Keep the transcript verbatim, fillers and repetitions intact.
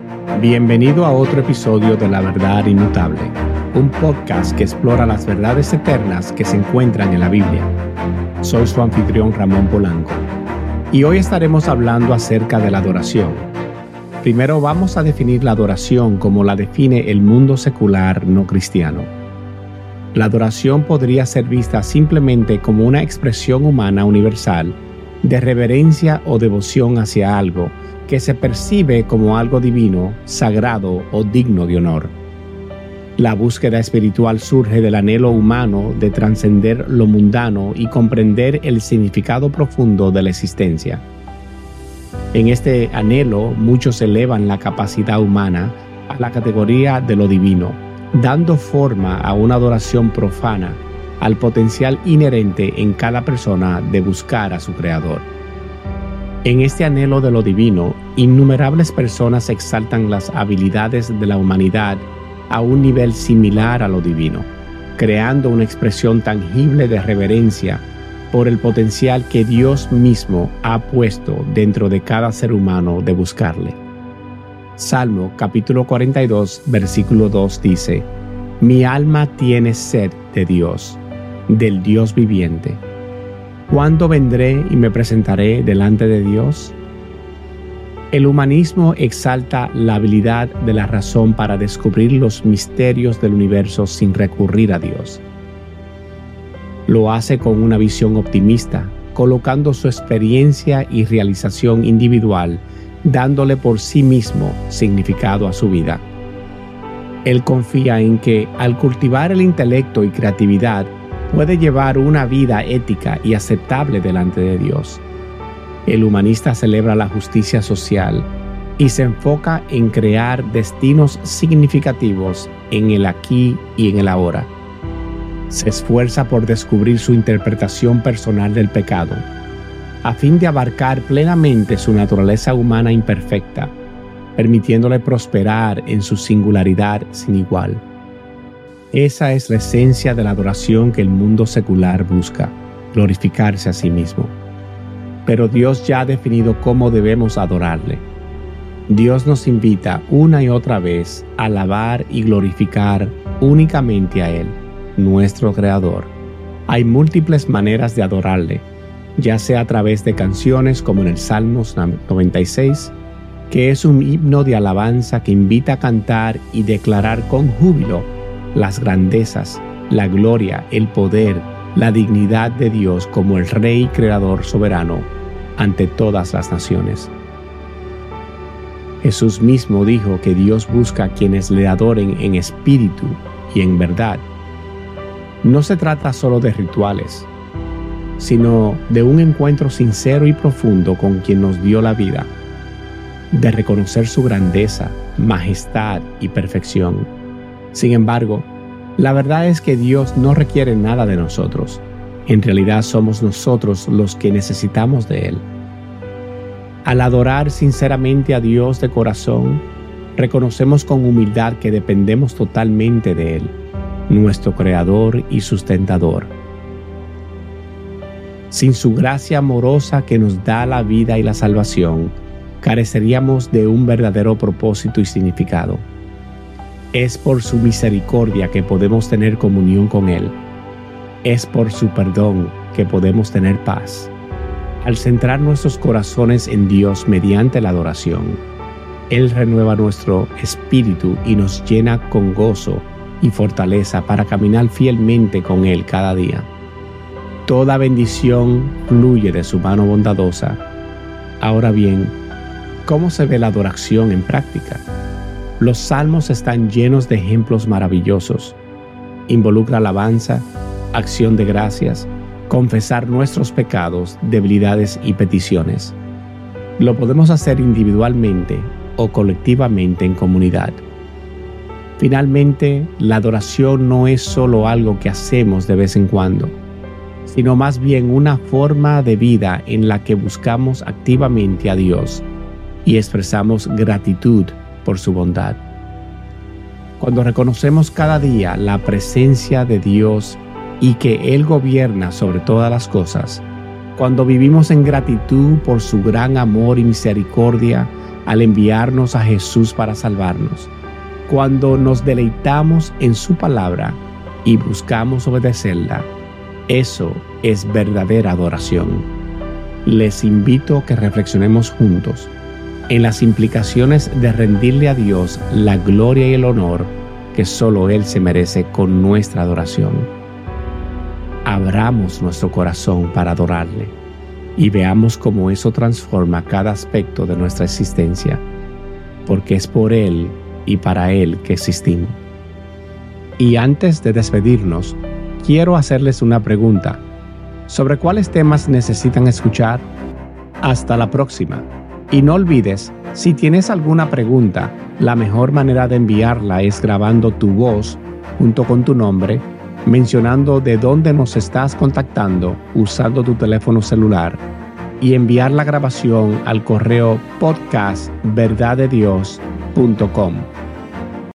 Bienvenido a otro episodio de La Verdad Inmutable, un podcast que explora las verdades eternas que se encuentran en la Biblia. Soy su anfitrión Ramón Polanco, y hoy estaremos hablando acerca de la adoración. Primero vamos a definir la adoración como la define el mundo secular no cristiano. La adoración podría ser vista simplemente como una expresión humana universal de reverencia o devoción hacia algo que se percibe como algo divino, sagrado o digno de honor. La búsqueda espiritual surge del anhelo humano de trascender lo mundano y comprender el significado profundo de la existencia. En este anhelo, muchos elevan la capacidad humana a la categoría de lo divino, dando forma a una adoración profana al potencial inherente en cada persona de buscar a su Creador. En este anhelo de lo divino, innumerables personas exaltan las habilidades de la humanidad a un nivel similar a lo divino, creando una expresión tangible de reverencia por el potencial que Dios mismo ha puesto dentro de cada ser humano de buscarle. Salmo capítulo cuarenta y dos, versículo dos dice: Mi alma tiene sed de Dios, del Dios viviente. ¿Cuándo vendré y me presentaré delante de Dios? El humanismo exalta la habilidad de la razón para descubrir los misterios del universo sin recurrir a Dios. Lo hace con una visión optimista, colocando su experiencia y realización individual, dándole por sí mismo significado a su vida. Él confía en que, al cultivar el intelecto y creatividad, puede llevar una vida ética y aceptable delante de Dios. El humanista celebra la justicia social y se enfoca en crear destinos significativos en el aquí y en el ahora. Se esfuerza por descubrir su interpretación personal del pecado, a fin de abarcar plenamente su naturaleza humana imperfecta, permitiéndole prosperar en su singularidad sin igual. Esa es la esencia de la adoración que el mundo secular busca, glorificarse a sí mismo. Pero Dios ya ha definido cómo debemos adorarle. Dios nos invita una y otra vez a alabar y glorificar únicamente a Él, nuestro Creador. Hay múltiples maneras de adorarle, ya sea a través de canciones como en el Salmos noventa y seis, que es un himno de alabanza que invita a cantar y declarar con júbilo las grandezas, la gloria, el poder, la dignidad de Dios como el Rey Creador soberano ante todas las naciones. Jesús mismo dijo que Dios busca a quienes le adoren en espíritu y en verdad. No se trata solo de rituales, sino de un encuentro sincero y profundo con quien nos dio la vida, de reconocer su grandeza, majestad y perfección. Sin embargo, la verdad es que Dios no requiere nada de nosotros. En realidad somos nosotros los que necesitamos de Él. Al adorar sinceramente a Dios de corazón, reconocemos con humildad que dependemos totalmente de Él, nuestro Creador y sustentador. Sin su gracia amorosa que nos da la vida y la salvación, careceríamos de un verdadero propósito y significado. Es por su misericordia que podemos tener comunión con Él. Es por su perdón que podemos tener paz. Al centrar nuestros corazones en Dios mediante la adoración, Él renueva nuestro espíritu y nos llena con gozo y fortaleza para caminar fielmente con Él cada día. Toda bendición fluye de su mano bondadosa. Ahora bien, ¿cómo se ve la adoración en práctica? Los salmos están llenos de ejemplos maravillosos. Involucra alabanza, acción de gracias, confesar nuestros pecados, debilidades y peticiones. Lo podemos hacer individualmente o colectivamente en comunidad. Finalmente, la adoración no es solo algo que hacemos de vez en cuando, sino más bien una forma de vida en la que buscamos activamente a Dios y expresamos gratitud por su bondad. Cuando reconocemos cada día la presencia de Dios y que Él gobierna sobre todas las cosas, cuando vivimos en gratitud por su gran amor y misericordia al enviarnos a Jesús para salvarnos. Cuando nos deleitamos en su palabra y buscamos obedecerla, eso es verdadera adoración. Les invito a que reflexionemos juntos en las implicaciones de rendirle a Dios la gloria y el honor que solo Él se merece con nuestra adoración. Abramos nuestro corazón para adorarle y veamos cómo eso transforma cada aspecto de nuestra existencia, porque es por Él y para Él que existimos. Y antes de despedirnos, quiero hacerles una pregunta. ¿Sobre cuáles temas necesitan escuchar? Hasta la próxima. Y no olvides, si tienes alguna pregunta, la mejor manera de enviarla es grabando tu voz junto con tu nombre, mencionando de dónde nos estás contactando usando tu teléfono celular y enviar la grabación al correo podcast verdad de dios punto com.